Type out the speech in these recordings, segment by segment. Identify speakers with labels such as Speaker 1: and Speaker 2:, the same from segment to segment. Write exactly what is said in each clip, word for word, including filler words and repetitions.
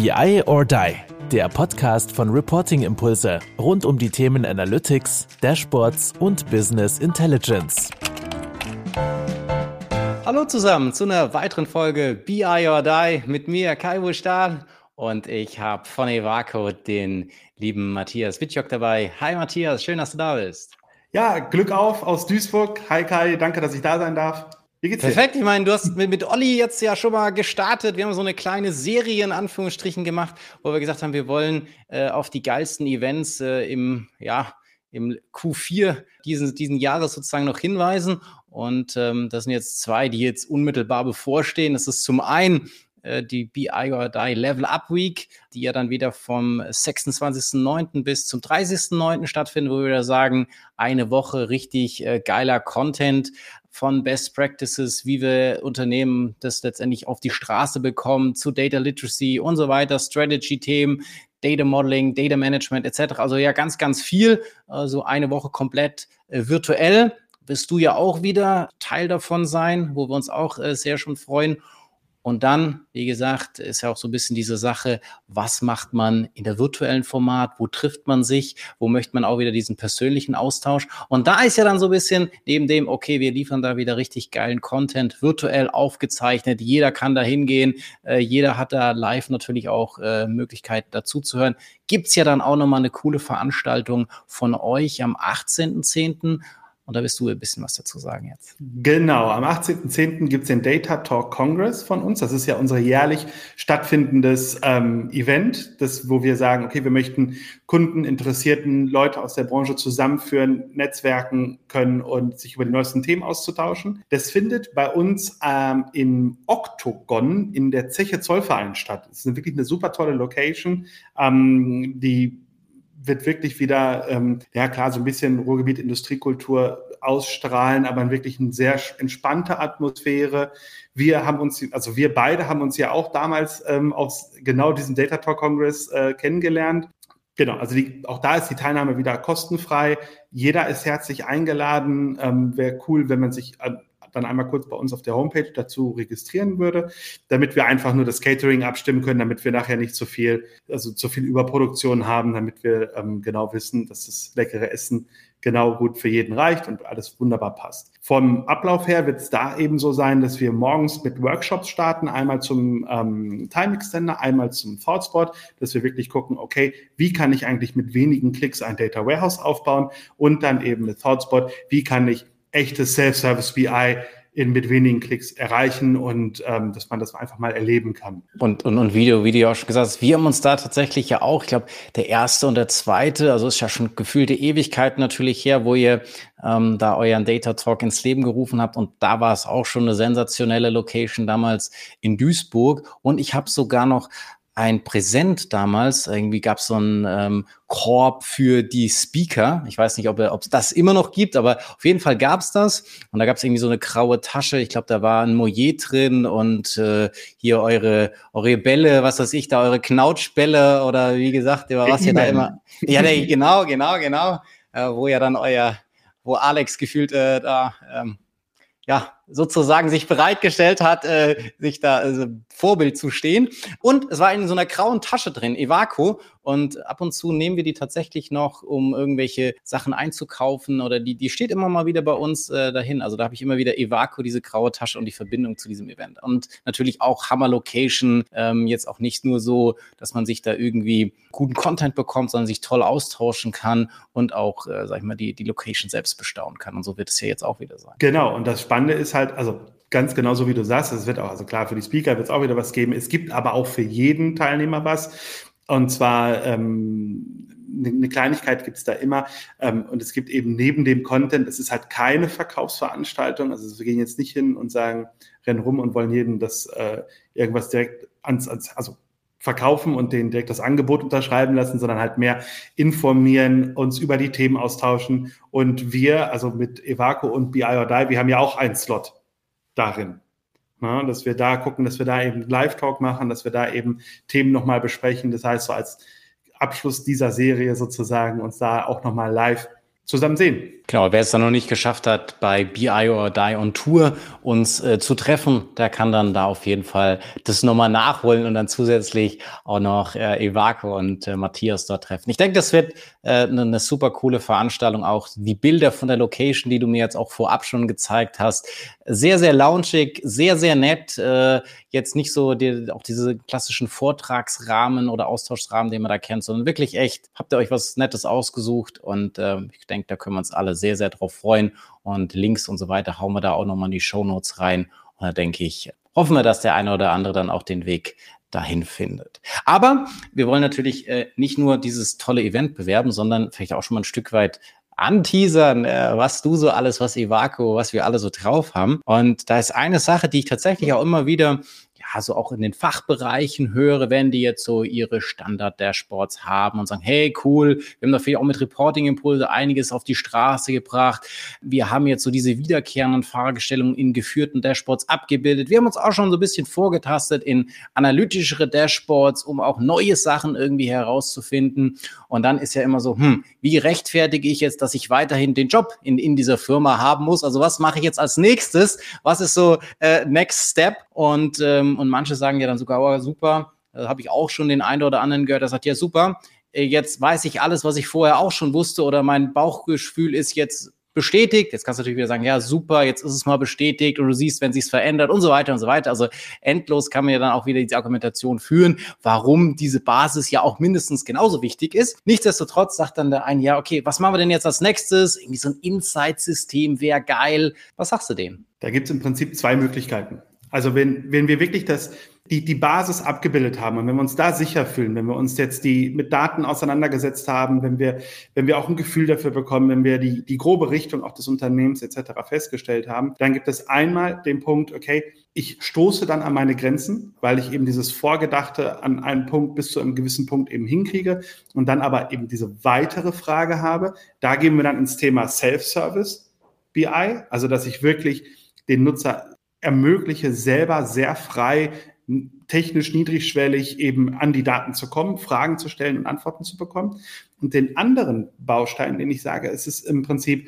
Speaker 1: B I or Die, der Podcast von Reporting Impulse rund um die Themen Analytics, Dashboards und Business Intelligence.
Speaker 2: Hallo zusammen zu einer weiteren Folge B I or Die mit mir, Kai Stahl, und ich habe von Evaco den lieben Matthias Wittjock dabei. Hi Matthias, schön, dass du da bist.
Speaker 3: Ja, Glück auf aus Duisburg. Hi Kai, danke, dass ich da sein darf. Wie geht's dir?
Speaker 2: Perfekt, ich meine, du hast mit, mit Olli jetzt ja schon mal gestartet. Wir haben so eine kleine Serie in Anführungsstrichen gemacht, wo wir gesagt haben, wir wollen äh, auf die geilsten Events äh, im, ja, im Q vier diesen, diesen Jahres sozusagen noch hinweisen. Und ähm, das sind jetzt zwei, die jetzt unmittelbar bevorstehen. Das ist zum einen äh, die B I or Die Level Up Week, die ja dann wieder vom sechsundzwanzigsten neunten bis zum dreißigsten neunten stattfindet, wo wir da sagen, eine Woche richtig äh, geiler Content von Best Practices, wie wir Unternehmen das letztendlich auf die Straße bekommen, zu Data Literacy und so weiter, Strategy-Themen, Data Modeling, Data Management et cetera. Also ja, ganz, ganz viel. Also eine Woche komplett äh, virtuell. Wirst du ja auch wieder Teil davon sein, wo wir uns auch äh, sehr schon freuen. Und dann, wie gesagt, ist ja auch so ein bisschen diese Sache, was macht man in der virtuellen Format, wo trifft man sich, wo möchte man auch wieder diesen persönlichen Austausch. Und da ist ja dann so ein bisschen neben dem, okay, wir liefern da wieder richtig geilen Content, virtuell aufgezeichnet, jeder kann da hingehen, äh, jeder hat da live natürlich auch äh, Möglichkeit dazu zu hören. Gibt's ja dann auch nochmal eine coole Veranstaltung von euch am achtzehnten zehnten Und da wirst du ein bisschen was dazu sagen jetzt.
Speaker 3: Genau, am achtzehnten zehnten gibt es den Data Talk Congress von uns. Das ist ja unser jährlich stattfindendes ähm, Event, das, wo wir sagen, okay, wir möchten Kunden, Interessierten, Leute aus der Branche zusammenführen, netzwerken können und sich über die neuesten Themen auszutauschen. Das findet bei uns ähm, im Oktogon in der Zeche Zollverein statt. Das ist wirklich eine super tolle Location, ähm, die wird wirklich wieder, ähm, ja klar, so ein bisschen Ruhrgebiet Industriekultur ausstrahlen, aber wirklich eine sehr entspannte Atmosphäre. Wir haben uns, also wir beide haben uns ja auch damals ähm, aus genau diesem Data Talk Congress äh, kennengelernt. Genau, also die, auch da ist die Teilnahme wieder kostenfrei. Jeder ist herzlich eingeladen. Ähm, wäre cool, wenn man sich äh, dann einmal kurz bei uns auf der Homepage dazu registrieren würde, damit wir einfach nur das Catering abstimmen können, damit wir nachher nicht zu viel, also zu viel Überproduktion haben, damit wir ähm, genau wissen, dass das leckere Essen genau gut für jeden reicht und alles wunderbar passt. Vom Ablauf her wird es da eben so sein, dass wir morgens mit Workshops starten, einmal zum ähm, Time Extender, einmal zum ThoughtSpot, dass wir wirklich gucken, okay, wie kann ich eigentlich mit wenigen Klicks ein Data Warehouse aufbauen und dann eben mit ThoughtSpot, wie kann ich echtes Self-Service B I in, mit wenigen Klicks erreichen und ähm, dass man das einfach mal erleben kann.
Speaker 2: Und, und, und Video, wie du ja auch schon gesagt hast, wir haben uns da tatsächlich ja auch, ich glaube, der erste und der zweite, also ist ja schon gefühlte Ewigkeit natürlich her, wo ihr ähm, da euren Data Talk ins Leben gerufen habt, und da war es auch schon eine sensationelle Location damals in Duisburg, und ich habe sogar noch ein Präsent damals, irgendwie gab es so einen ähm, Korb für die Speaker. Ich weiß nicht, ob es das immer noch gibt, aber auf jeden Fall gab es das. Und da gab es irgendwie so eine graue Tasche. Ich glaube, da war ein Mojet drin und äh, hier eure eure Bälle, was weiß ich, da eure Knautschbälle oder wie gesagt, über was ihr da immer... Ja, der, genau, genau, genau. Äh, wo ja dann euer, wo Alex gefühlt äh, da... Ähm, ja, sozusagen sich bereitgestellt hat, äh, sich da also Vorbild zu stehen. Und es war in so einer grauen Tasche drin, Evaco. Und ab und zu nehmen wir die tatsächlich noch, um irgendwelche Sachen einzukaufen. Oder die die steht immer mal wieder bei uns äh, dahin. Also da habe ich immer wieder Evaco, diese graue Tasche und die Verbindung zu diesem Event. Und natürlich auch Hammer-Location. Ähm, jetzt auch nicht nur so, dass man sich da irgendwie guten Content bekommt, sondern sich toll austauschen kann und auch, äh, sag ich mal, die, die Location selbst bestaunen kann. Und so wird es ja jetzt auch wieder sein.
Speaker 3: Genau, und das Spannende ist halt, also ganz genau so wie du sagst, es wird auch, also klar, für die Speaker wird es auch wieder was geben. Es gibt aber auch für jeden Teilnehmer was. Und zwar ähm, eine Kleinigkeit gibt es da immer. Ähm, und es gibt eben neben dem Content, es ist halt keine Verkaufsveranstaltung. Also wir gehen jetzt nicht hin und sagen, rennen rum und wollen jedem das äh, irgendwas direkt ans, ans, also verkaufen und denen direkt das Angebot unterschreiben lassen, sondern halt mehr informieren, uns über die Themen austauschen. Und wir, also mit Evaco und B I or Die, wir haben ja auch einen Slot darin. Ja, dass wir da gucken, dass wir da eben Live-Talk machen, dass wir da eben Themen nochmal besprechen. Das heißt, so als Abschluss dieser Serie sozusagen uns da auch nochmal live zusammen sehen.
Speaker 2: Genau, wer es dann noch nicht geschafft hat, bei B I or Die on Tour uns äh, zu treffen, der kann dann da auf jeden Fall das nochmal nachholen und dann zusätzlich auch noch äh, Evaco und äh, Matthias dort treffen. Ich denke, das wird äh, eine, eine super coole Veranstaltung. Auch die Bilder von der Location, die du mir jetzt auch vorab schon gezeigt hast, sehr, sehr loungig, sehr, sehr nett. Äh, jetzt nicht so die, auch diese klassischen Vortragsrahmen oder Austauschrahmen, den man da kennt, sondern wirklich echt, habt ihr euch was Nettes ausgesucht und äh, ich denke, da können wir uns alle sehr, sehr drauf freuen und Links und so weiter hauen wir da auch nochmal in die Shownotes rein und da denke ich, hoffen wir, dass der eine oder andere dann auch den Weg dahin findet. Aber wir wollen natürlich äh, nicht nur dieses tolle Event bewerben, sondern vielleicht auch schon mal ein Stück weit anteasern, äh, was du so alles, was Evaco, was wir alle so drauf haben. Und da ist eine Sache, die ich tatsächlich auch immer wieder, ja, so auch in den Fachbereichen höre, wenn die jetzt so ihre Standard-Dashboards haben und sagen, hey, cool, wir haben dafür auch mit Reporting-Impulse einiges auf die Straße gebracht. Wir haben jetzt so diese wiederkehrenden Fragestellungen in geführten Dashboards abgebildet. Wir haben uns auch schon so ein bisschen vorgetastet in analytischere Dashboards, um auch neue Sachen irgendwie herauszufinden. Und dann ist ja immer so, hm, wie rechtfertige ich jetzt, dass ich weiterhin den Job in, in dieser Firma haben muss? Also was mache ich jetzt als nächstes? Was ist so äh, Next Step? Und, ähm, und manche sagen ja dann sogar, oh, super, da habe ich auch schon den einen oder anderen gehört, der sagt, ja super, jetzt weiß ich alles, was ich vorher auch schon wusste oder mein Bauchgefühl ist jetzt bestätigt. Jetzt kannst du natürlich wieder sagen, ja super, jetzt ist es mal bestätigt und du siehst, wenn sich's verändert und so weiter und so weiter. Also endlos kann man ja dann auch wieder diese Argumentation führen, warum diese Basis ja auch mindestens genauso wichtig ist. Nichtsdestotrotz sagt dann der eine, ja okay, was machen wir denn jetzt als nächstes? Irgendwie so ein Insight-System wäre geil. Was sagst du denen?
Speaker 3: Da gibt es im Prinzip zwei Möglichkeiten. Also wenn, wenn wir wirklich das, die, die Basis abgebildet haben und wenn wir uns da sicher fühlen, wenn wir uns jetzt die mit Daten auseinandergesetzt haben, wenn wir, wenn wir auch ein Gefühl dafür bekommen, wenn wir die, die grobe Richtung auch des Unternehmens et cetera festgestellt haben, dann gibt es einmal den Punkt, okay, ich stoße dann an meine Grenzen, weil ich eben dieses Vorgedachte an einen Punkt bis zu einem gewissen Punkt eben hinkriege und dann aber eben diese weitere Frage habe. Da gehen wir dann ins Thema Self-Service B I, also dass ich wirklich den Nutzer ermögliche, selber sehr frei, technisch niedrigschwellig eben an die Daten zu kommen, Fragen zu stellen und Antworten zu bekommen. Und den anderen Baustein, den ich sage, es ist im Prinzip,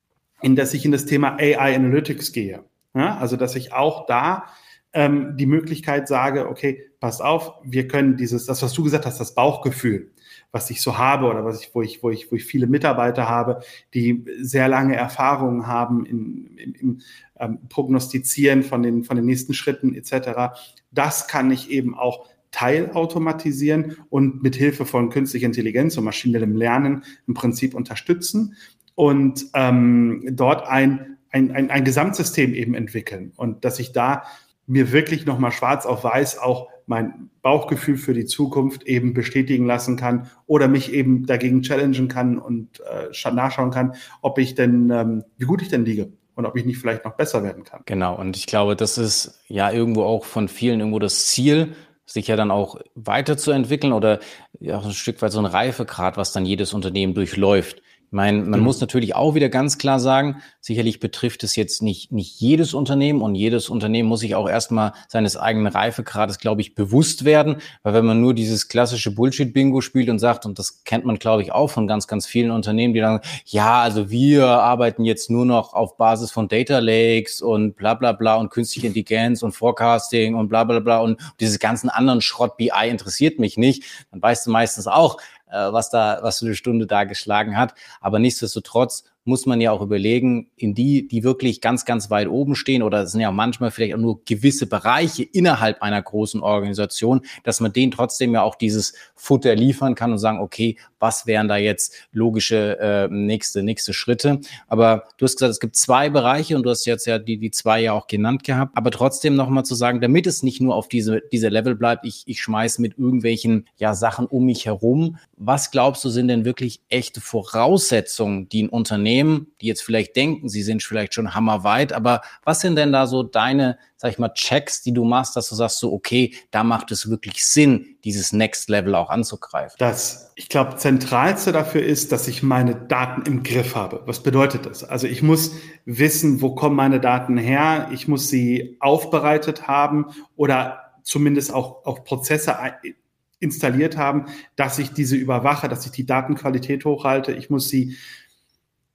Speaker 3: in dass ich in das Thema A I Analytics gehe. Ja, also, dass ich auch da ähm, die Möglichkeit sage, okay, passt auf, wir können dieses, das, was du gesagt hast, das Bauchgefühl, was ich so habe oder was ich, wo ich, wo ich, wo ich viele Mitarbeiter habe, die sehr lange Erfahrungen haben in, in, im ähm, Prognostizieren von den, von den nächsten Schritten et cetera. Das kann ich eben auch teilautomatisieren und mit Hilfe von künstlicher Intelligenz und maschinellem Lernen im Prinzip unterstützen und ähm, dort ein, ein, ein, ein Gesamtsystem eben entwickeln und dass ich da mir wirklich nochmal schwarz auf weiß auch mein Bauchgefühl für die Zukunft eben bestätigen lassen kann oder mich eben dagegen challengen kann und äh, nachschauen kann, ob ich denn, ähm, wie gut ich denn liege und ob ich nicht vielleicht noch besser werden kann.
Speaker 2: Genau, und ich glaube, das ist ja irgendwo auch von vielen irgendwo das Ziel, sich ja dann auch weiterzuentwickeln oder ja auch ein Stück weit so ein Reifegrad, was dann jedes Unternehmen durchläuft. Ich meine, man mhm. muss natürlich auch wieder ganz klar sagen, sicherlich betrifft es jetzt nicht nicht jedes Unternehmen und jedes Unternehmen muss sich auch erstmal seines eigenen Reifegrades, glaube ich, bewusst werden, weil wenn man nur dieses klassische Bullshit-Bingo spielt und sagt, und das kennt man, glaube ich, auch von ganz, ganz vielen Unternehmen, die dann, ja, also wir arbeiten jetzt nur noch auf Basis von Data Lakes und bla bla bla und künstliche Intelligenz und Forecasting und bla bla bla und dieses ganzen anderen Schrott B I interessiert mich nicht, dann weißt du meistens auch, was da, was so eine Stunde da geschlagen hat. Aber nichtsdestotrotz muss man ja auch überlegen, in die, die wirklich ganz, ganz weit oben stehen oder es sind ja auch manchmal vielleicht auch nur gewisse Bereiche innerhalb einer großen Organisation, dass man denen trotzdem ja auch dieses Futter liefern kann und sagen, okay, was wären da jetzt logische äh, nächste, nächste Schritte? Aber du hast gesagt, es gibt zwei Bereiche und du hast jetzt ja die, die zwei ja auch genannt gehabt. Aber trotzdem nochmal zu sagen, damit es nicht nur auf diese, diese Level bleibt, ich, ich schmeiß mit irgendwelchen ja, Sachen um mich herum. Was glaubst du, sind denn wirklich echte Voraussetzungen, die ein Unternehmen, die jetzt vielleicht denken, sie sind vielleicht schon hammerweit, aber was sind denn da so deine, sag ich mal, Checks, die du machst, dass du sagst so, okay, da macht es wirklich Sinn, dieses Next Level auch anzugreifen?
Speaker 3: Das, ich glaube, zentralste dafür ist, dass ich meine Daten im Griff habe. Was bedeutet das? Also ich muss wissen, wo kommen meine Daten her? Ich muss sie aufbereitet haben oder zumindest auch, auch Prozesse installiert haben, dass ich diese überwache, dass ich die Datenqualität hochhalte. Ich muss sie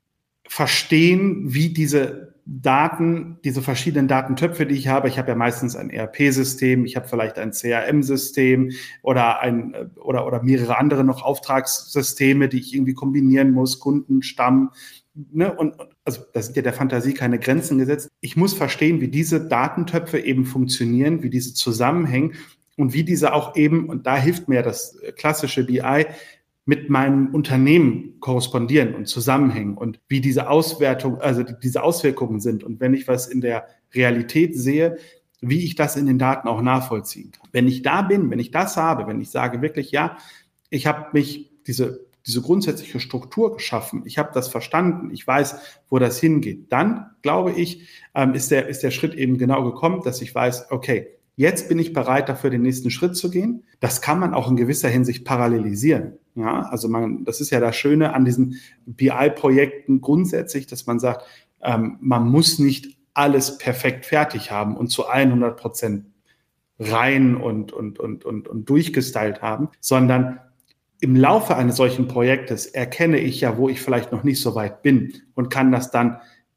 Speaker 3: verstehen, wie diese Daten, diese verschiedenen Datentöpfe, die ich habe, ich habe ja meistens ein E R P-System, ich habe vielleicht ein C R M-System oder ein oder oder mehrere andere noch Auftragssysteme, die ich irgendwie kombinieren muss, Kundenstamm, ne? Und also da sind ja der Fantasie keine Grenzen gesetzt. Ich muss verstehen, wie diese Datentöpfe eben funktionieren, wie diese zusammenhängen und wie diese auch eben, und da hilft mir das klassische B I, mit meinem Unternehmen korrespondieren und zusammenhängen und wie diese Auswertung, also diese Auswirkungen sind. Und wenn ich was in der Realität sehe, wie ich das in den Daten auch nachvollziehen kann. Wenn ich da bin, wenn ich das habe, wenn ich sage wirklich, ja, ich habe mich diese, diese grundsätzliche Struktur geschaffen, ich habe das verstanden, ich weiß, wo das hingeht, dann, glaube ich, ähm, ist der, ist der Schritt eben genau gekommen, dass ich weiß, okay, jetzt bin ich bereit, dafür den nächsten Schritt zu gehen. Das kann man auch in gewisser Hinsicht parallelisieren. Ja, also man, das ist ja das Schöne an diesen B I-Projekten grundsätzlich, dass man sagt, ähm, man muss nicht alles perfekt fertig haben und zu hundert Prozent rein und, und, und, und, und durchgestylt haben, sondern im Laufe eines solchen Projektes erkenne ich ja, wo ich vielleicht noch nicht so weit bin und kann das dann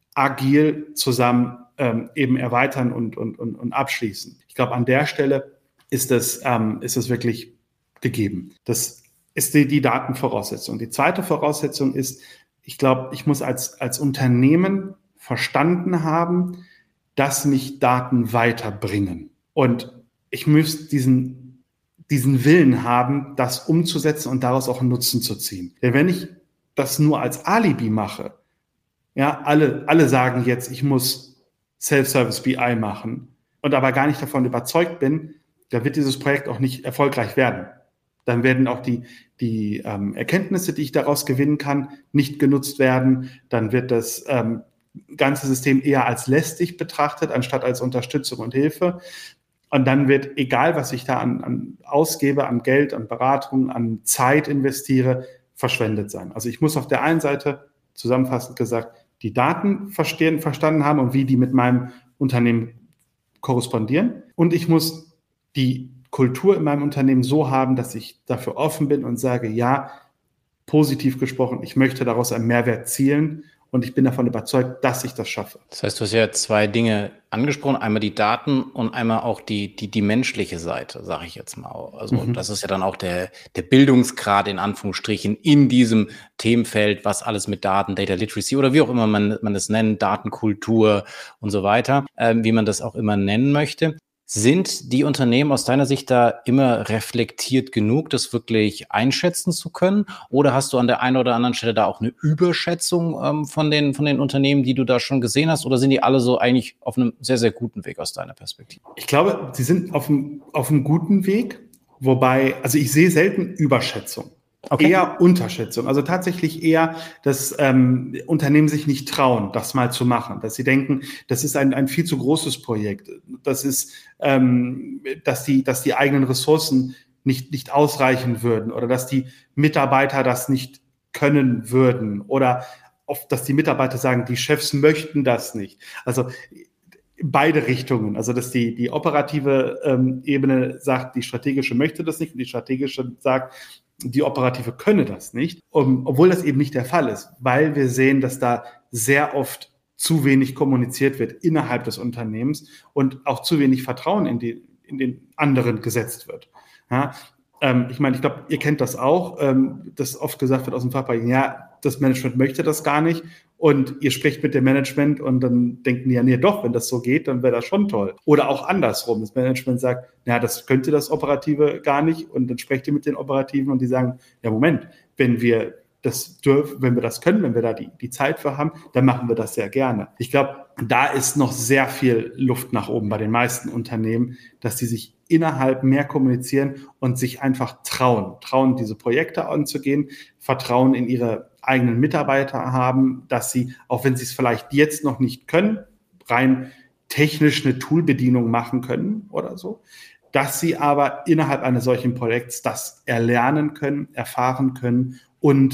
Speaker 3: agil zusammen ähm, eben erweitern und, und, und, und abschließen. Ich glaube, an der Stelle ist es, ähm, ist es wirklich gegeben. Das ist die, die Datenvoraussetzung. Die zweite Voraussetzung ist, ich glaube, ich muss als, als Unternehmen verstanden haben, dass mich Daten weiterbringen. Und ich muss diesen, diesen Willen haben, das umzusetzen und daraus auch einen Nutzen zu ziehen. Denn wenn ich das nur als Alibi mache, ja, alle, alle sagen jetzt, ich muss Self-Service B I machen und aber gar nicht davon überzeugt bin, da wird dieses Projekt auch nicht erfolgreich werden. Dann werden auch die, die ähm, Erkenntnisse, die ich daraus gewinnen kann, nicht genutzt werden. Dann wird das ähm, ganze System eher als lästig betrachtet, anstatt als Unterstützung und Hilfe. Und dann wird, egal was ich da an, an ausgebe, an Geld, an Beratung, an Zeit investiere, verschwendet sein. Also ich muss auf der einen Seite, zusammenfassend gesagt, die Daten verstehen, verstanden haben und wie die mit meinem Unternehmen korrespondieren. Und ich muss die Kultur in meinem Unternehmen so haben, dass ich dafür offen bin und sage, ja, positiv gesprochen, ich möchte daraus einen Mehrwert zielen und ich bin davon überzeugt, dass ich das schaffe.
Speaker 2: Das heißt, du hast ja zwei Dinge angesprochen, einmal die Daten und einmal auch die, die, die menschliche Seite, sage ich jetzt mal. Also mhm. das ist ja dann auch der, der Bildungsgrad in Anführungsstrichen in diesem Themenfeld, was alles mit Daten, Data Literacy oder wie auch immer man, man das nennt, Datenkultur und so weiter, äh, wie man das auch immer nennen möchte. Sind die Unternehmen aus deiner Sicht da immer reflektiert genug, das wirklich einschätzen zu können? Oder hast du an der einen oder anderen Stelle da auch eine Überschätzung ähm, von den, von den Unternehmen, die du da schon gesehen hast? Oder sind die alle so eigentlich auf einem sehr, sehr guten Weg aus deiner Perspektive?
Speaker 3: Ich glaube, sie sind auf einem, auf einem guten Weg. Wobei, also ich sehe selten Überschätzung. Okay. Eher Unterschätzung. Also tatsächlich eher, dass ähm, Unternehmen sich nicht trauen, das mal zu machen. Dass sie denken, das ist ein, ein viel zu großes Projekt. Das ist, ähm, dass die, dass die eigenen Ressourcen nicht, nicht ausreichen würden oder dass die Mitarbeiter das nicht können würden oder oft, dass die Mitarbeiter sagen, die Chefs möchten das nicht. Also beide Richtungen. Also dass die, die operative ähm, Ebene sagt, die strategische möchte das nicht und die strategische sagt, die Operative könne das nicht, um, obwohl das eben nicht der Fall ist, weil wir sehen, dass da sehr oft zu wenig kommuniziert wird innerhalb des Unternehmens und auch zu wenig Vertrauen in, die, in den anderen gesetzt wird. Ja, ähm, ich meine, ich glaube, ihr kennt das auch, ähm, dass oft gesagt wird aus dem Fachbereich, ja, das Management möchte das gar nicht und ihr sprecht mit dem Management und dann denken die ja, nee, doch, wenn das so geht, dann wäre das schon toll. Oder auch andersrum, das Management sagt, ja, das könnte das Operative gar nicht und dann sprecht ihr mit den Operativen und die sagen, ja, Moment, wenn wir das dürfen, wenn wir das können, wenn wir da die, die Zeit für haben, dann machen wir das sehr gerne. Ich glaube, da ist noch sehr viel Luft nach oben bei den meisten Unternehmen, dass die sich innerhalb mehr kommunizieren und sich einfach trauen, trauen, diese Projekte anzugehen, Vertrauen in ihre eigenen Mitarbeiter haben, dass sie, auch wenn sie es vielleicht jetzt noch nicht können, rein technisch eine Toolbedienung machen können oder so, dass sie aber innerhalb eines solchen Projekts das erlernen können, erfahren können und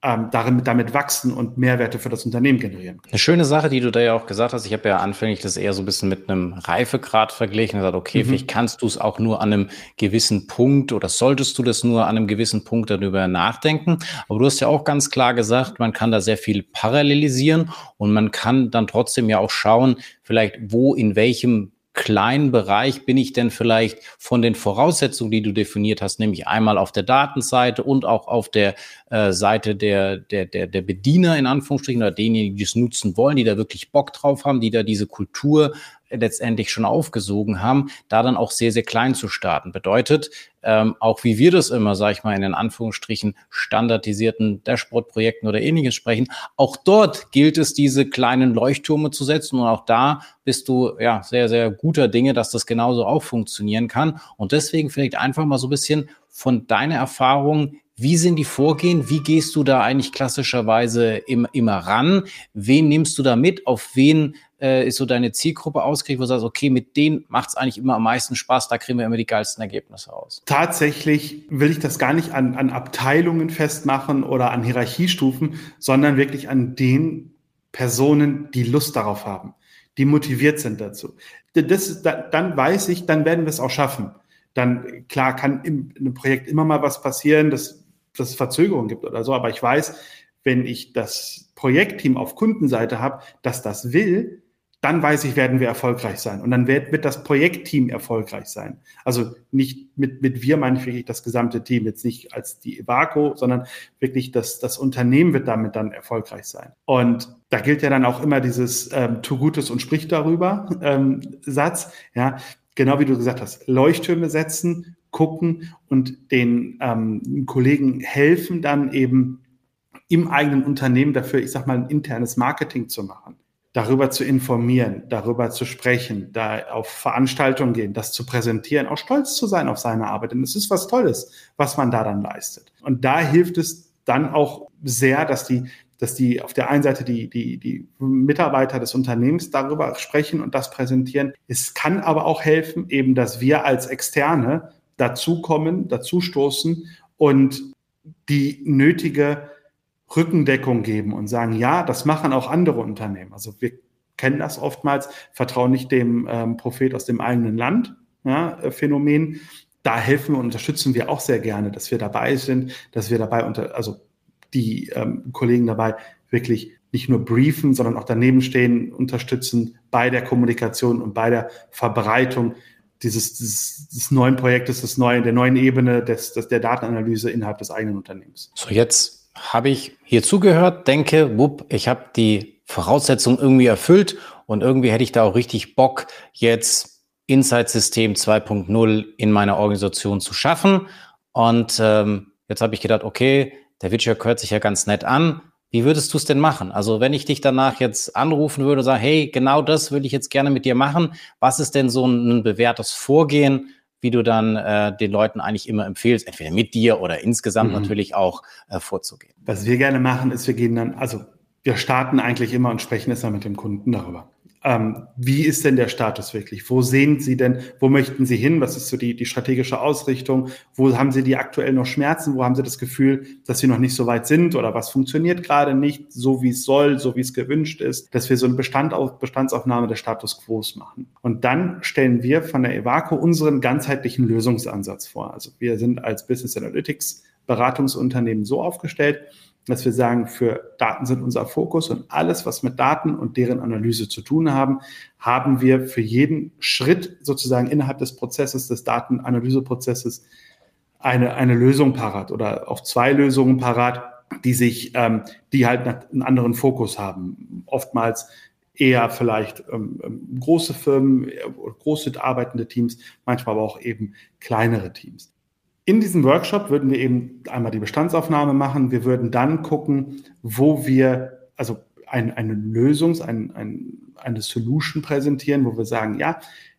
Speaker 3: ähm, darin, damit wachsen und Mehrwerte für das Unternehmen generieren können.
Speaker 2: Eine schöne Sache, die du da ja auch gesagt hast, ich habe ja anfänglich das eher so ein bisschen mit einem Reifegrad verglichen und gesagt, okay, mhm. vielleicht kannst du es auch nur an einem gewissen Punkt oder solltest du das nur an einem gewissen Punkt darüber nachdenken. Aber du hast ja auch ganz klar gesagt, man kann da sehr viel parallelisieren und man kann dann trotzdem ja auch schauen, vielleicht wo, in welchem kleinen Bereich bin ich denn vielleicht von den Voraussetzungen, die du definiert hast, nämlich einmal auf der Datenseite und auch auf der äh, Seite der, der, der, der Bediener in Anführungsstrichen oder denjenigen, die es nutzen wollen, die da wirklich Bock drauf haben, die da diese Kultur letztendlich schon aufgesogen haben, da dann auch sehr, sehr klein zu starten. Bedeutet, ähm, auch wie wir das immer, sage ich mal, in den Anführungsstrichen standardisierten Dashboard-Projekten oder Ähnliches sprechen, auch dort gilt es, diese kleinen Leuchttürme zu setzen und auch da bist du ja sehr, sehr guter Dinge, dass das genauso auch funktionieren kann und deswegen vielleicht einfach mal so ein bisschen von deiner Erfahrung, wie sind die Vorgehen? Wie gehst du da eigentlich klassischerweise im, immer ran? Wen nimmst du da mit? Auf wen äh, ist so deine Zielgruppe ausgerichtet, wo du sagst, okay, mit denen macht es eigentlich immer am meisten Spaß, da kriegen wir immer die geilsten Ergebnisse raus?
Speaker 3: Tatsächlich will ich das gar nicht an, an Abteilungen festmachen oder an Hierarchiestufen, sondern wirklich an den Personen, die Lust darauf haben, die motiviert sind dazu. Das, da, dann weiß ich, dann werden wir es auch schaffen. Dann, klar, kann im, in einem Projekt immer mal was passieren, dass, dass es Verzögerungen gibt oder so, aber ich weiß, wenn ich das Projektteam auf Kundenseite habe, das das will, dann weiß ich, werden wir erfolgreich sein. Und dann wird, wird das Projektteam erfolgreich sein. Also nicht mit, mit wir meine ich wirklich das gesamte Team, jetzt nicht als die Evaco, sondern wirklich das, das Unternehmen wird damit dann erfolgreich sein. Und da gilt ja dann auch immer dieses ähm, tu Gutes und sprich darüber ähm, Satz, ja, genau wie du gesagt hast, Leuchttürme setzen, gucken und den ähm, Kollegen helfen, dann eben im eigenen Unternehmen dafür, ich sag mal, ein internes Marketing zu machen, darüber zu informieren, darüber zu sprechen, da auf Veranstaltungen gehen, das zu präsentieren, auch stolz zu sein auf seine Arbeit. Denn es ist was Tolles, was man da dann leistet. Und da hilft es dann auch sehr, dass die dass die auf der einen Seite die, die, die Mitarbeiter des Unternehmens darüber sprechen und das präsentieren. Es kann aber auch helfen, eben, dass wir als Externe dazukommen, dazustoßen und die nötige Rückendeckung geben und sagen, ja, das machen auch andere Unternehmen. Also wir kennen das oftmals, vertrauen nicht dem ähm, Prophet aus dem eigenen Land, ja, Phänomen. Da helfen und unterstützen wir auch sehr gerne, dass wir dabei sind, dass wir dabei unter, also die ähm, Kollegen dabei wirklich nicht nur briefen, sondern auch daneben stehen, unterstützen bei der Kommunikation und bei der Verbreitung dieses, dieses, des neuen Projektes, des neuen, der neuen Ebene des, des, der Datenanalyse innerhalb des eigenen Unternehmens.
Speaker 2: So, jetzt habe ich hier zugehört, denke, wupp, ich habe die Voraussetzungen irgendwie erfüllt und irgendwie hätte ich da auch richtig Bock, jetzt Insight-System zwei Punkt null in meiner Organisation zu schaffen. Und ähm, jetzt habe ich gedacht, okay, der Witcher hört sich ja ganz nett an. Wie würdest du es denn machen? Also wenn ich dich danach jetzt anrufen würde und sagen, hey, genau das würde ich jetzt gerne mit dir machen. Was ist denn so ein, ein bewährtes Vorgehen, wie du dann äh, den Leuten eigentlich immer empfehlst, entweder mit dir oder insgesamt mhm. natürlich auch äh, vorzugehen?
Speaker 3: Was wir gerne machen, ist, wir gehen dann, also wir starten eigentlich immer und sprechen erstmal mit dem Kunden darüber. Ähm, wie ist denn der Status wirklich? Wo sehen Sie denn, wo möchten Sie hin? Was ist so die, die strategische Ausrichtung? Wo haben Sie die aktuell noch Schmerzen? Wo haben Sie das Gefühl, dass Sie noch nicht so weit sind? Oder was funktioniert gerade nicht so, wie es soll, so wie es gewünscht ist? Dass wir so eine Bestand, Bestandsaufnahme des Status Quo machen. Und dann stellen wir von der Evaco unseren ganzheitlichen Lösungsansatz vor. Also wir sind als Business Analytics Beratungsunternehmen so aufgestellt, dass wir sagen, für Daten sind unser Fokus und alles, was mit Daten und deren Analyse zu tun haben, haben wir für jeden Schritt sozusagen innerhalb des Prozesses, des Datenanalyseprozesses eine, eine Lösung parat oder auch zwei Lösungen parat, die sich, ähm, die halt einen anderen Fokus haben. Oftmals eher vielleicht ähm, große Firmen, große arbeitende Teams, manchmal aber auch eben kleinere Teams. In diesem Workshop würden wir eben einmal die Bestandsaufnahme machen. Wir würden dann gucken, wo wir also ein, eine Lösung, ein, ein, eine Solution präsentieren, wo wir sagen, ja,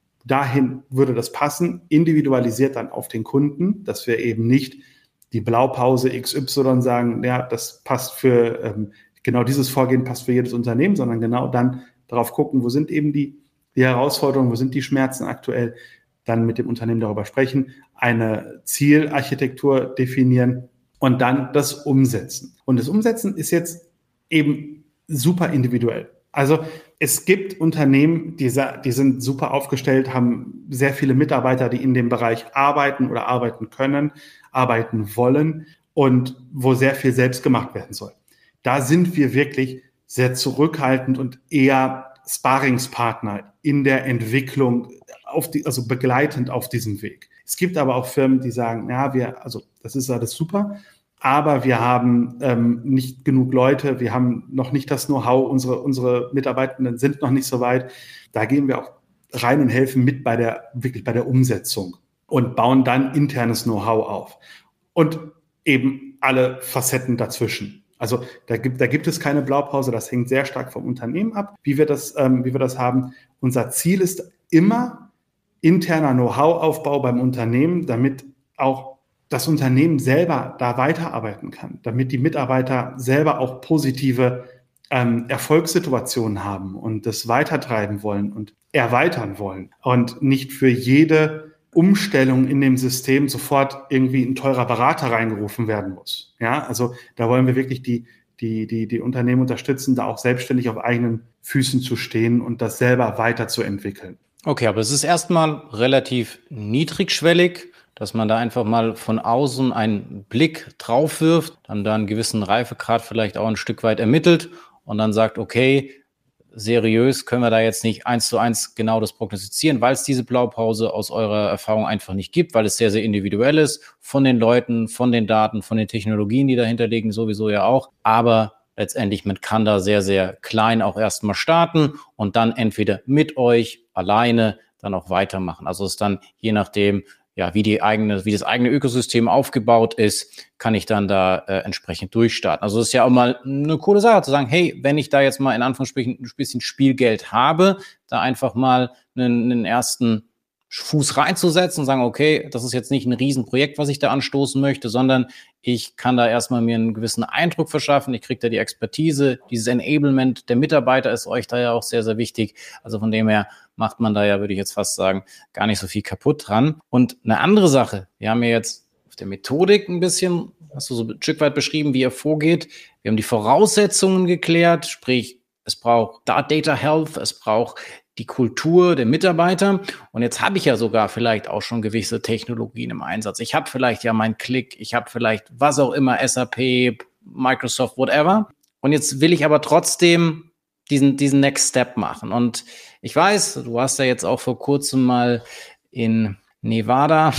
Speaker 3: dahin würde das passen, individualisiert dann auf den Kunden, dass wir eben nicht die Blaupause X Y sagen, ja, das passt für, ähm, genau dieses Vorgehen passt für jedes Unternehmen, sondern genau dann darauf gucken, wo sind eben die, die Herausforderungen, wo sind die Schmerzen aktuell, dann mit dem Unternehmen darüber sprechen, eine Zielarchitektur definieren und dann das Umsetzen. Und das Umsetzen ist jetzt eben super individuell. Also es gibt Unternehmen, die, die sind super aufgestellt, haben sehr viele Mitarbeiter, die in dem Bereich arbeiten oder arbeiten können, arbeiten wollen und wo sehr viel selbst gemacht werden soll. Da sind wir wirklich sehr zurückhaltend und eher Sparringspartner in der Entwicklung, auf die, also begleitend auf diesem Weg. Es gibt aber auch Firmen, die sagen, ja, wir, also das ist alles super, aber wir haben ähm, nicht genug Leute, wir haben noch nicht das Know-how, unsere, unsere Mitarbeitenden sind noch nicht so weit. Da gehen wir auch rein und helfen mit bei der, wirklich bei der Umsetzung und bauen dann internes Know-how auf. Und eben alle Facetten dazwischen. Also da gibt, da gibt es keine Blaupause, das hängt sehr stark vom Unternehmen ab, wie wir das, ähm, wie wir das haben. Unser Ziel ist immer interner Know-how-Aufbau beim Unternehmen, damit auch das Unternehmen selber da weiterarbeiten kann, damit die Mitarbeiter selber auch positive ähm, Erfolgssituationen haben und das weitertreiben wollen und erweitern wollen und nicht für jede Umstellung in dem System sofort irgendwie ein teurer Berater reingerufen werden muss. Ja, also da wollen wir wirklich die, die, die, die Unternehmen unterstützen, da auch selbstständig auf eigenen Füßen zu stehen und das selber weiterzuentwickeln.
Speaker 2: Okay, aber es ist erstmal relativ niedrigschwellig, dass man da einfach mal von außen einen Blick drauf wirft, dann da einen gewissen Reifegrad vielleicht auch ein Stück weit ermittelt und dann sagt, okay, seriös können wir da jetzt nicht eins zu eins genau das prognostizieren, weil es diese Blaupause aus eurer Erfahrung einfach nicht gibt, weil es sehr, sehr individuell ist, von den Leuten, von den Daten, von den Technologien, die dahinter liegen, sowieso ja auch. Aber letztendlich, man kann da sehr, sehr klein auch erstmal starten und dann entweder mit euch alleine dann auch weitermachen. Also es ist dann je nachdem, ja, wie die eigene, wie das eigene Ökosystem aufgebaut ist, kann ich dann da äh, entsprechend durchstarten. Also es ist ja auch mal eine coole Sache zu sagen, hey, wenn ich da jetzt mal in Anführungsstrichen ein bisschen Spielgeld habe, da einfach mal einen, einen ersten Fuß reinzusetzen und sagen, okay, das ist jetzt nicht ein Riesenprojekt, was ich da anstoßen möchte, sondern ich kann da erstmal mir einen gewissen Eindruck verschaffen, ich kriege da die Expertise, dieses Enablement der Mitarbeiter ist euch da ja auch sehr, sehr wichtig. Also von dem her macht man da ja, würde ich jetzt fast sagen, gar nicht so viel kaputt dran. Und eine andere Sache, wir haben ja jetzt auf der Methodik ein bisschen, hast du so ein Stück weit beschrieben, wie ihr vorgeht. Wir haben die Voraussetzungen geklärt, sprich, es braucht Data Health, es braucht die Kultur der Mitarbeiter. Und jetzt habe ich ja sogar vielleicht auch schon gewisse Technologien im Einsatz. Ich habe vielleicht ja mein Click, ich habe vielleicht was auch immer, S A P, Microsoft, whatever. Und jetzt will ich aber trotzdem diesen, diesen Next Step machen. Und ich weiß, du warst ja jetzt auch vor kurzem mal in Nevada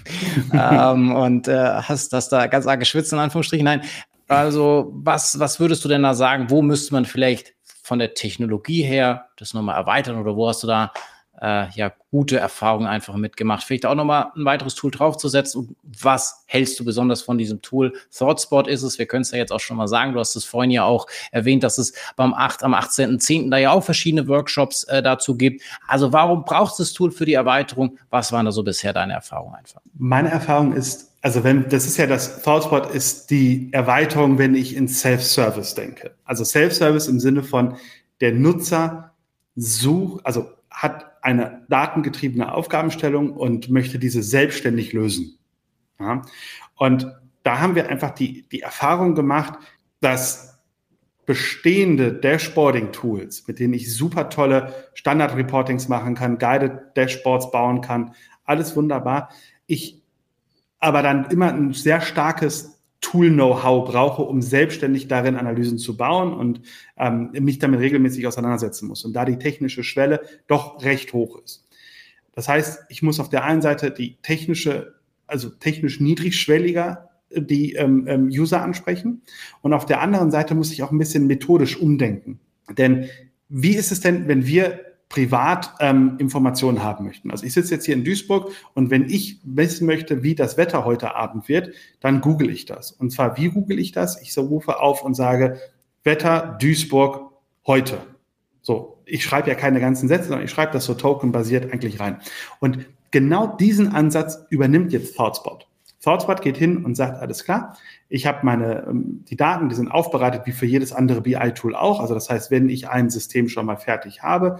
Speaker 2: ähm, und äh, hast das da ganz arg geschwitzt, in Anführungsstrichen. Nein, also was, was würdest du denn da sagen, wo müsste man vielleicht von der Technologie her das nochmal erweitern oder wo hast du da äh, ja gute Erfahrungen einfach mitgemacht? Vielleicht auch nochmal ein weiteres Tool draufzusetzen. Und was hältst du besonders von diesem Tool? ThoughtSpot ist es, wir können es ja jetzt auch schon mal sagen, du hast es vorhin ja auch erwähnt, dass es beim acht, am achtzehnten zehnten da ja auch verschiedene Workshops äh, dazu gibt. Also warum brauchst du das Tool für die Erweiterung? Was waren da so bisher deine Erfahrungen einfach?
Speaker 3: Meine Erfahrung ist, also wenn, das ist ja das, ThoughtSpot ist die Erweiterung, wenn ich in Self-Service denke. Also Self-Service im Sinne von, der Nutzer sucht, also hat eine datengetriebene Aufgabenstellung und möchte diese selbstständig lösen. Ja? Und da haben wir einfach die, die Erfahrung gemacht, dass bestehende Dashboarding-Tools, mit denen ich super tolle Standard-Reportings machen kann, Guided Dashboards bauen kann, alles wunderbar. Ich aber dann immer ein sehr starkes Tool-Know-how brauche, um selbstständig darin Analysen zu bauen und ähm, mich damit regelmäßig auseinandersetzen muss. Und da die technische Schwelle doch recht hoch ist. Das heißt, ich muss auf der einen Seite die technische, also technisch niedrigschwelliger die ähm, ähm, User ansprechen und auf der anderen Seite muss ich auch ein bisschen methodisch umdenken. Denn wie ist es denn, wenn wir privat ähm, Informationen haben möchten? Also ich sitze jetzt hier in Duisburg und wenn ich wissen möchte, wie das Wetter heute Abend wird, dann google ich das. Und zwar, wie google ich das? Ich so rufe auf und sage, Wetter Duisburg heute. So, ich schreibe ja keine ganzen Sätze, sondern ich schreibe das so tokenbasiert eigentlich rein. Und genau diesen Ansatz übernimmt jetzt ThoughtSpot. ThoughtSpot geht hin und sagt, alles klar, ich habe meine, die Daten, die sind aufbereitet wie für jedes andere B I-Tool auch. Also das heißt, wenn ich ein System schon mal fertig habe,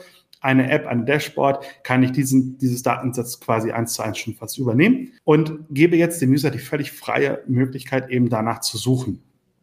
Speaker 3: eine App, ein Dashboard, kann ich diesen, dieses Datensatz quasi eins zu eins schon fast übernehmen und gebe jetzt dem User die völlig freie Möglichkeit, eben danach zu suchen.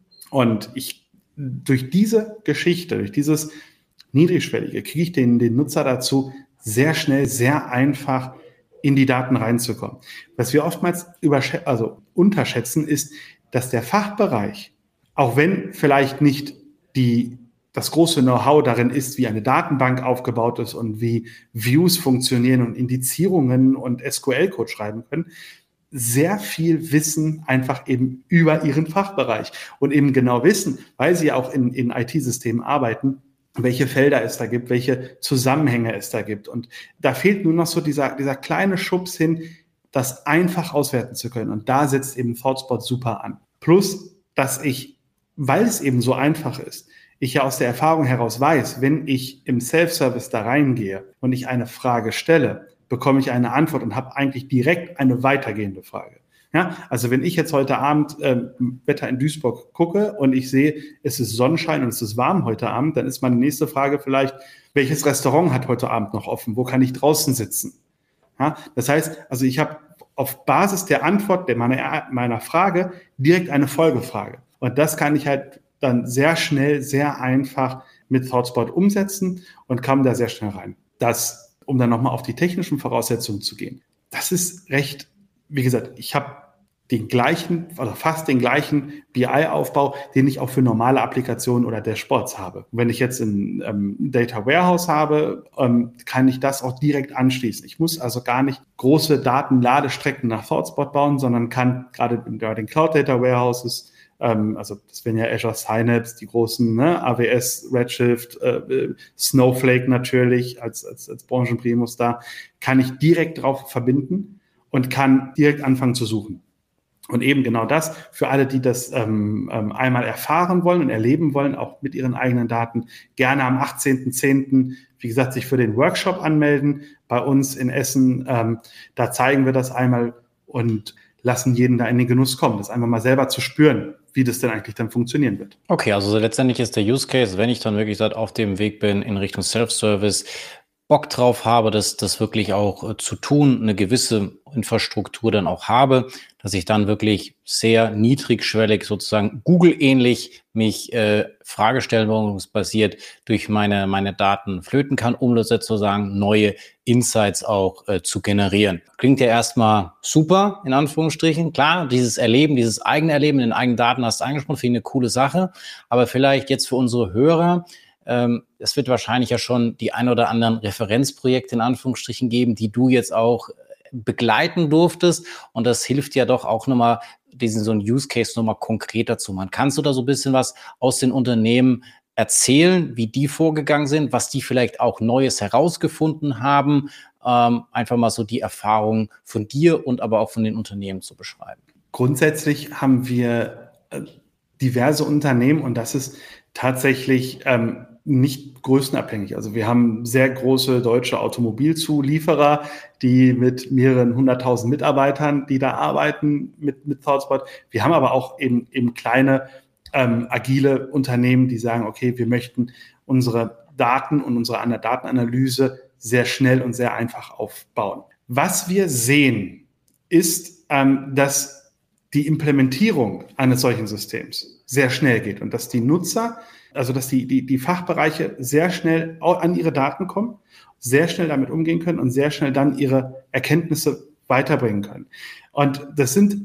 Speaker 3: Und ich, durch diese Geschichte, durch dieses Niedrigschwellige, kriege ich den, den Nutzer dazu, sehr schnell, sehr einfach in die Daten reinzukommen. Was wir oftmals übersch- also unterschätzen, ist, dass der Fachbereich, auch wenn vielleicht nicht die, das große Know-how darin ist, wie eine Datenbank aufgebaut ist und wie Views funktionieren und Indizierungen und S Q L-Code schreiben können, sehr viel Wissen einfach eben über ihren Fachbereich und eben genau wissen, weil sie auch in, in I T-Systemen arbeiten, welche Felder es da gibt, welche Zusammenhänge es da gibt. Und da fehlt nur noch so dieser, dieser kleine Schubs hin, das einfach auswerten zu können. Und da setzt eben ThoughtSpot super an. Plus, dass ich, weil es eben so einfach ist, ich ja aus der Erfahrung heraus weiß, wenn ich im Self-Service da reingehe und ich eine Frage stelle, bekomme ich eine Antwort und habe eigentlich direkt eine weitergehende Frage. Ja, also wenn ich jetzt heute Abend äh, Wetter in Duisburg gucke und ich sehe, es ist Sonnenschein und es ist warm heute Abend, dann ist meine nächste Frage vielleicht, welches Restaurant hat heute Abend noch offen? Wo kann ich draußen sitzen? Ja, das heißt, also ich habe auf Basis der Antwort der meiner, meiner Frage direkt eine Folgefrage. Und das kann ich halt dann sehr schnell, sehr einfach mit ThoughtSpot umsetzen und kam da sehr schnell rein. Das, um dann nochmal auf die technischen Voraussetzungen zu gehen, das ist recht, wie gesagt, ich habe den gleichen oder fast den gleichen B I-Aufbau, den ich auch für normale Applikationen oder Dashboards habe. Wenn ich jetzt ein ähm, Data Warehouse habe, ähm, kann ich das auch direkt anschließen. Ich muss also gar nicht große Datenladestrecken nach ThoughtSpot bauen, sondern kann gerade bei den Cloud Data Warehouses, ähm, also das wären ja Azure Synapse, die großen, ne, A W S, Redshift, äh, Snowflake natürlich als, als, als Branchenprimus da, kann ich direkt drauf verbinden und kann direkt anfangen zu suchen. Und eben genau das für alle, die das ähm, ähm, einmal erfahren wollen und erleben wollen, auch mit ihren eigenen Daten, gerne am achtzehnten zehnten, wie gesagt, sich für den Workshop anmelden bei uns in Essen. Ähm, da zeigen wir das einmal und lassen jeden da in den Genuss kommen, das einfach mal selber zu spüren, wie das denn eigentlich dann funktionieren wird.
Speaker 2: Okay, also letztendlich ist der Use Case, wenn ich dann wirklich auf dem Weg bin in Richtung Self-Service, Bock drauf habe, das, das wirklich auch äh, zu tun, eine gewisse Infrastruktur dann auch habe, dass ich dann wirklich sehr niedrigschwellig sozusagen Google-ähnlich mich äh, fragestellungsbasiert durch meine, meine Daten flöten kann, um das sozusagen neue Insights auch äh, zu generieren. Klingt ja erstmal super, in Anführungsstrichen. Klar, dieses Erleben, dieses eigene Erleben in den eigenen Daten hast du angesprochen, finde ich eine coole Sache. Aber vielleicht jetzt für unsere Hörer, Ähm, es wird wahrscheinlich ja schon die ein oder anderen Referenzprojekte in Anführungsstrichen geben, die du jetzt auch begleiten durftest. Und das hilft ja doch auch nochmal, diesen so einen Use Case nochmal konkreter zu machen. Kannst du da so ein bisschen was aus den Unternehmen erzählen, wie die vorgegangen sind, was die vielleicht auch Neues herausgefunden haben? Ähm, einfach mal so die Erfahrung von dir und aber auch von den Unternehmen zu beschreiben.
Speaker 3: Grundsätzlich haben wir äh, diverse Unternehmen und das ist tatsächlich ähm, nicht größenabhängig. Also wir haben sehr große deutsche Automobilzulieferer, die mit mehreren hunderttausend Mitarbeitern, die da arbeiten mit, mit ThoughtSpot. Wir haben aber auch eben, eben kleine, ähm, agile Unternehmen, die sagen, okay, wir möchten unsere Daten und unsere Datenanalyse sehr schnell und sehr einfach aufbauen. Was wir sehen, ist, ähm, dass die Implementierung eines solchen Systems sehr schnell geht und dass die Nutzer, also dass die, die, die Fachbereiche sehr schnell an ihre Daten kommen, sehr schnell damit umgehen können und sehr schnell dann ihre Erkenntnisse weiterbringen können. Und das sind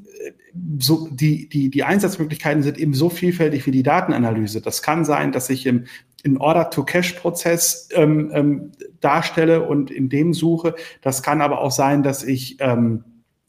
Speaker 3: so, die, die, die Einsatzmöglichkeiten sind eben so vielfältig wie die Datenanalyse. Das kann sein, dass ich im, in Order-to-Cash-Prozess ähm, ähm, darstelle und in dem suche. Das kann aber auch sein, dass ich ähm,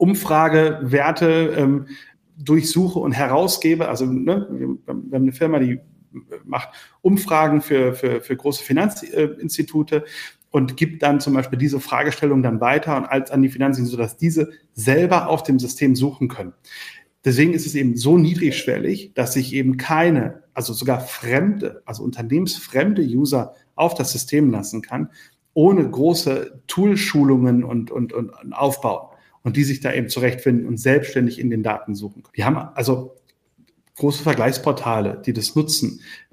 Speaker 3: Umfragewerte ähm, durchsuche und herausgebe. Also ne, wir, wir haben eine Firma, die macht Umfragen für, für, für große Finanzinstitute und gibt dann zum Beispiel diese Fragestellung dann weiter und als an die Finanzinstitute, sodass diese selber auf dem System suchen können. Deswegen ist es eben so niedrigschwellig, dass sich eben keine, also sogar fremde, also unternehmensfremde User auf das System lassen kann, ohne große Toolschulungen und, und, und, und Aufbau. Und die sich da eben zurechtfinden und selbstständig in den Daten suchen können. Wir haben also große Vergleichsportale, die das nutzen.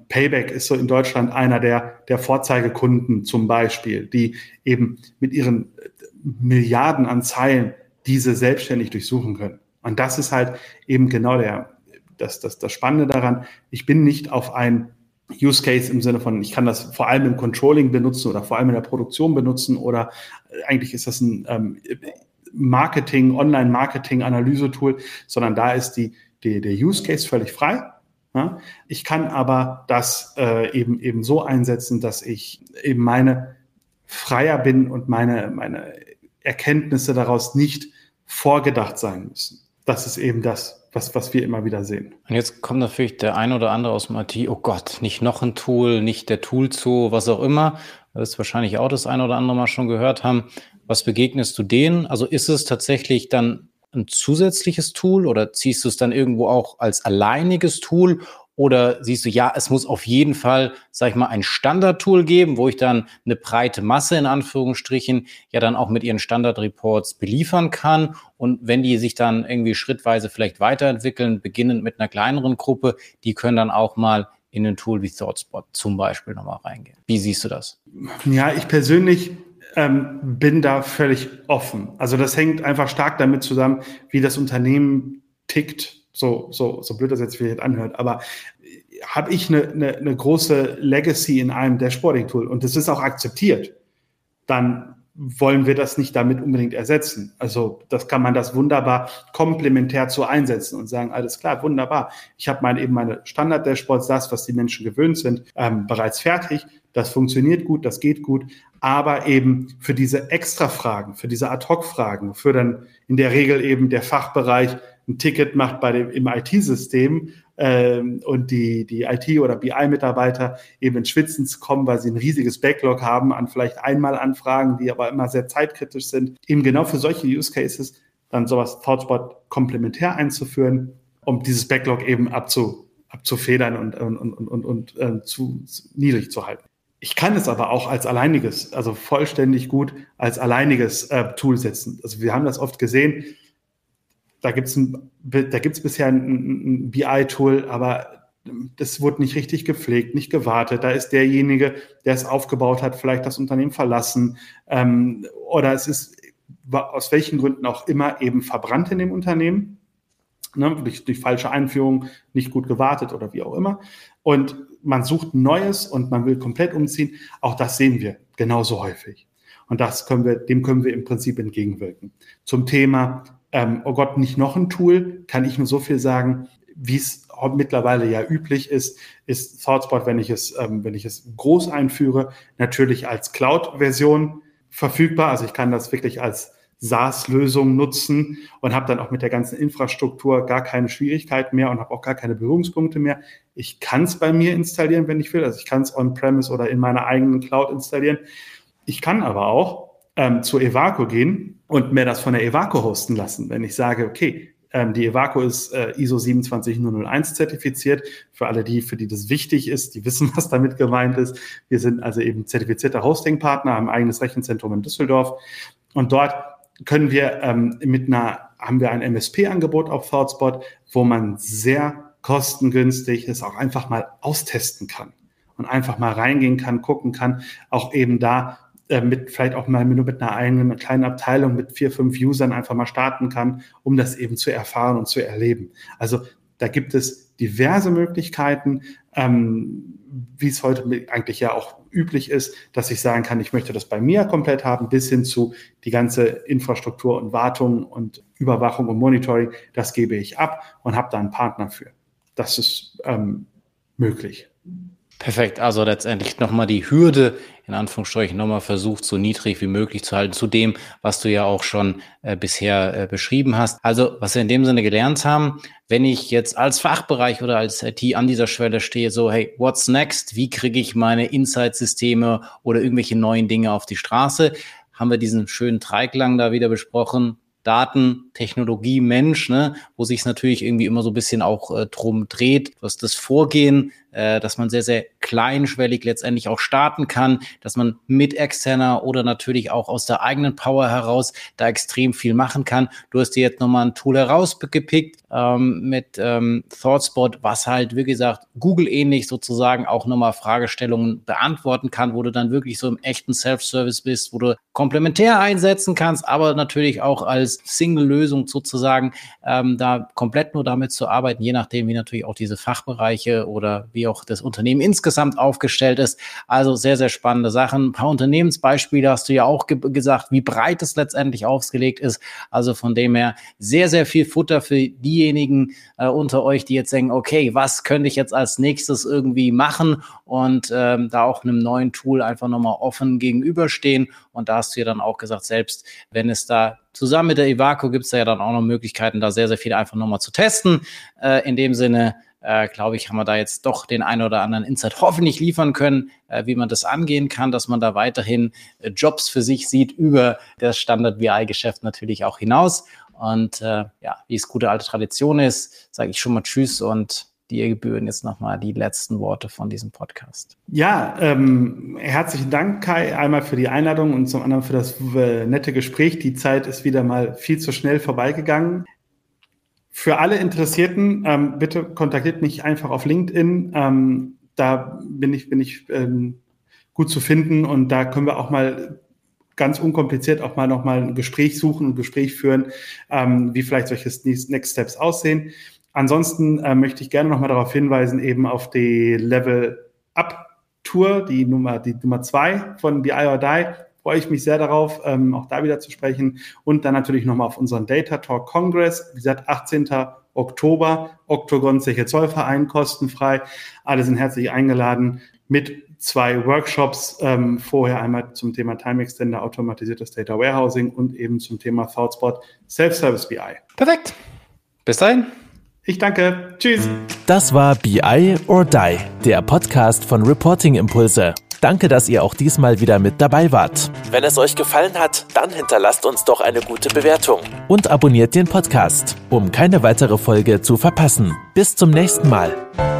Speaker 3: Payback ist so in Deutschland einer der, der Vorzeigekunden zum Beispiel, die eben mit ihren Milliarden an Zeilen diese selbstständig durchsuchen können. Und das ist halt eben genau der, das, das, das Spannende daran. Ich bin nicht auf ein Use Case im Sinne von, ich kann das vor allem im Controlling benutzen oder vor allem in der Produktion benutzen oder eigentlich ist das ein ähm, Marketing, Online-Marketing-Analyse-Tool, sondern da ist die, die, der Use Case völlig frei. Ja? Ich kann aber das äh, eben, eben so einsetzen, dass ich eben meine freier bin und meine, meine Erkenntnisse daraus nicht vorgedacht sein müssen. Das ist eben das, was, was wir immer wieder sehen.
Speaker 2: Und jetzt kommt natürlich der ein oder andere aus dem I T, oh Gott, nicht noch ein Tool, nicht der Tool-Zoo, was auch immer. Das ist wahrscheinlich auch das ein oder andere Mal schon gehört haben. Was begegnest du denen? Also ist es tatsächlich dann ein zusätzliches Tool oder ziehst du es dann irgendwo auch als alleiniges Tool? Oder siehst du, ja, es muss auf jeden Fall, sag ich mal, ein Standard-Tool geben, wo ich dann eine breite Masse in Anführungsstrichen ja dann auch mit ihren Standard-Reports beliefern kann. Und wenn die sich dann irgendwie schrittweise vielleicht weiterentwickeln, beginnend mit einer kleineren Gruppe, die können dann auch mal in ein Tool wie ThoughtSpot zum Beispiel nochmal reingehen. Wie siehst du das?
Speaker 3: Ja, ich persönlich ähm, bin da völlig offen. Also das hängt einfach stark damit zusammen, wie das Unternehmen tickt. So, so, so blöd das jetzt vielleicht anhört, aber habe ich eine, eine, eine große Legacy in einem Dashboarding-Tool und das ist auch akzeptiert, dann wollen wir das nicht damit unbedingt ersetzen. Also das kann man das wunderbar komplementär zu einsetzen und sagen, alles klar, wunderbar. Ich habe meine, eben meine Standard-Dashboards, das, was die Menschen gewöhnt sind, ähm, bereits fertig. Das funktioniert gut, das geht gut. Aber eben für diese Extra-Fragen, für diese Ad-Hoc-Fragen, für dann in der Regel eben der Fachbereich ein Ticket macht bei dem, im I T-System ähm, und die, die I T- oder B I-Mitarbeiter eben ins Schwitzen zu kommen, weil sie ein riesiges Backlog haben an vielleicht einmal Anfragen, die aber immer sehr zeitkritisch sind. Eben genau für solche Use Cases dann sowas ThoughtSpot komplementär einzuführen, um dieses Backlog eben abzu, abzufedern und, und, und, und, und äh, zu, zu niedrig zu halten. Ich kann es aber auch als alleiniges, also vollständig gut als alleiniges äh, Tool setzen. Also wir haben das oft gesehen. Da gibt es da gibt's bisher ein, ein B I-Tool, aber das wurde nicht richtig gepflegt, nicht gewartet. Da ist derjenige, der es aufgebaut hat, vielleicht das Unternehmen verlassen ähm, oder es ist aus welchen Gründen auch immer eben verbrannt in dem Unternehmen, ne, durch, durch falsche Einführung, nicht gut gewartet oder wie auch immer. Und man sucht Neues und man will komplett umziehen. Auch das sehen wir genauso häufig. Und das können wir, dem können wir im Prinzip entgegenwirken. Zum Thema Ähm, oh Gott, nicht noch ein Tool, kann ich nur so viel sagen, wie es mittlerweile ja üblich ist, ist ThoughtSpot, wenn ich es, ähm, wenn ich es groß einführe, natürlich als Cloud-Version verfügbar. Also ich kann das wirklich als SaaS-Lösung nutzen und habe dann auch mit der ganzen Infrastruktur gar keine Schwierigkeiten mehr und habe auch gar keine Berührungspunkte mehr. Ich kann es bei mir installieren, wenn ich will. Also ich kann es on-premise oder in meiner eigenen Cloud installieren. Ich kann aber auch ähm, zur Evaco gehen und mir das von der Evaco hosten lassen. Wenn ich sage, okay, ähm, die Evaco ist äh, I S O sieben zwei null null eins zertifiziert. Für alle die, für die das wichtig ist, die wissen, was damit gemeint ist. Wir sind also eben zertifizierter Hosting-Partner, haben ein eigenes Rechenzentrum in Düsseldorf. Und dort können wir ähm, mit einer, haben wir ein M S P-Angebot auf ThoughtSpot, wo man sehr kostengünstig es auch einfach mal austesten kann und einfach mal reingehen kann, gucken kann, auch eben da mit vielleicht auch mal nur mit einer eigenen kleinen Abteilung mit vier, fünf Usern einfach mal starten kann, um das eben zu erfahren und zu erleben. Also da gibt es diverse Möglichkeiten, ähm, wie es heute eigentlich ja auch üblich ist, dass ich sagen kann, ich möchte das bei mir komplett haben, bis hin zu die ganze Infrastruktur und Wartung und Überwachung und Monitoring, das gebe ich ab und habe da einen Partner für. Das ist ähm, möglich.
Speaker 2: Perfekt, also letztendlich nochmal die Hürde, in Anführungsstrichen, nochmal versucht, so niedrig wie möglich zu halten, zu dem, was du ja auch schon äh, bisher äh, beschrieben hast. Also, was wir in dem Sinne gelernt haben, wenn ich jetzt als Fachbereich oder als I T an dieser Schwelle stehe, so, hey, what's next? Wie kriege ich meine Insight-Systeme oder irgendwelche neuen Dinge auf die Straße? Haben wir diesen schönen Dreiklang da wieder besprochen. Daten, Technologie-Mensch, ne, wo sich es natürlich irgendwie immer so ein bisschen auch äh, drum dreht, was das Vorgehen, äh, dass man sehr, sehr kleinschwellig letztendlich auch starten kann, dass man mit externer oder natürlich auch aus der eigenen Power heraus da extrem viel machen kann. Du hast dir jetzt nochmal ein Tool herausgepickt ähm, mit ähm, ThoughtSpot, was halt, wie gesagt, Google-ähnlich sozusagen auch nochmal Fragestellungen beantworten kann, wo du dann wirklich so im echten Self-Service bist, wo du komplementär einsetzen kannst, aber natürlich auch als Single-Lösung sozusagen ähm, da komplett nur damit zu arbeiten, je nachdem, wie natürlich auch diese Fachbereiche oder wie auch das Unternehmen insgesamt aufgestellt ist. Also sehr, sehr spannende Sachen. Ein paar Unternehmensbeispiele hast du ja auch ge- gesagt, wie breit es letztendlich ausgelegt ist. Also von dem her sehr, sehr viel Futter für diejenigen äh, unter euch, die jetzt denken, okay, was könnte ich jetzt als nächstes irgendwie machen und ähm, da auch einem neuen Tool einfach nochmal offen gegenüberstehen. Und da hast du ja dann auch gesagt, selbst wenn es da zusammen mit der Evaco gibt es da ja dann auch noch Möglichkeiten, da sehr, sehr viel einfach nochmal zu testen. Äh, in dem Sinne, Äh, glaube ich, haben wir da jetzt doch den einen oder anderen Insight hoffentlich liefern können, äh, wie man das angehen kann, dass man da weiterhin äh, Jobs für sich sieht über das Standard-V I-Geschäft natürlich auch hinaus. Und äh, ja, wie es gute alte Tradition ist, sage ich schon mal Tschüss und dir gebühren jetzt nochmal die letzten Worte von diesem Podcast.
Speaker 3: Ja, ähm, herzlichen Dank, Kai, einmal für die Einladung und zum anderen für das äh, nette Gespräch. Die Zeit ist wieder mal viel zu schnell vorbeigegangen. Für alle Interessierten, ähm, bitte kontaktiert mich einfach auf LinkedIn. Ähm, da bin ich, bin ich ähm, gut zu finden und da können wir auch mal ganz unkompliziert auch mal noch mal ein Gespräch suchen, ein Gespräch führen, ähm, wie vielleicht solche Next Steps aussehen. Ansonsten äh, möchte ich gerne noch mal darauf hinweisen, eben auf die Level Up Tour, die Nummer, die Nummer zwei von Be I or Die. Freue ich mich sehr darauf, ähm, auch da wieder zu sprechen. Und dann natürlich nochmal auf unseren Data Talk Congress. Wie gesagt, achtzehnten Oktober, Octagon Zeche Zollverein, kostenfrei. Alle sind herzlich eingeladen mit zwei Workshops. Ähm, vorher einmal zum Thema Time Extender, automatisiertes Data Warehousing und eben zum Thema ThoughtSpot Self-Service B I.
Speaker 2: Perfekt. Bis dahin.
Speaker 3: Ich danke. Tschüss.
Speaker 1: Das war Be I or Die, der Podcast von Reporting Impulse. Danke, dass ihr auch diesmal wieder mit dabei wart. Wenn es euch gefallen hat, dann hinterlasst uns doch eine gute Bewertung. Und abonniert den Podcast, um keine weitere Folge zu verpassen. Bis zum nächsten Mal.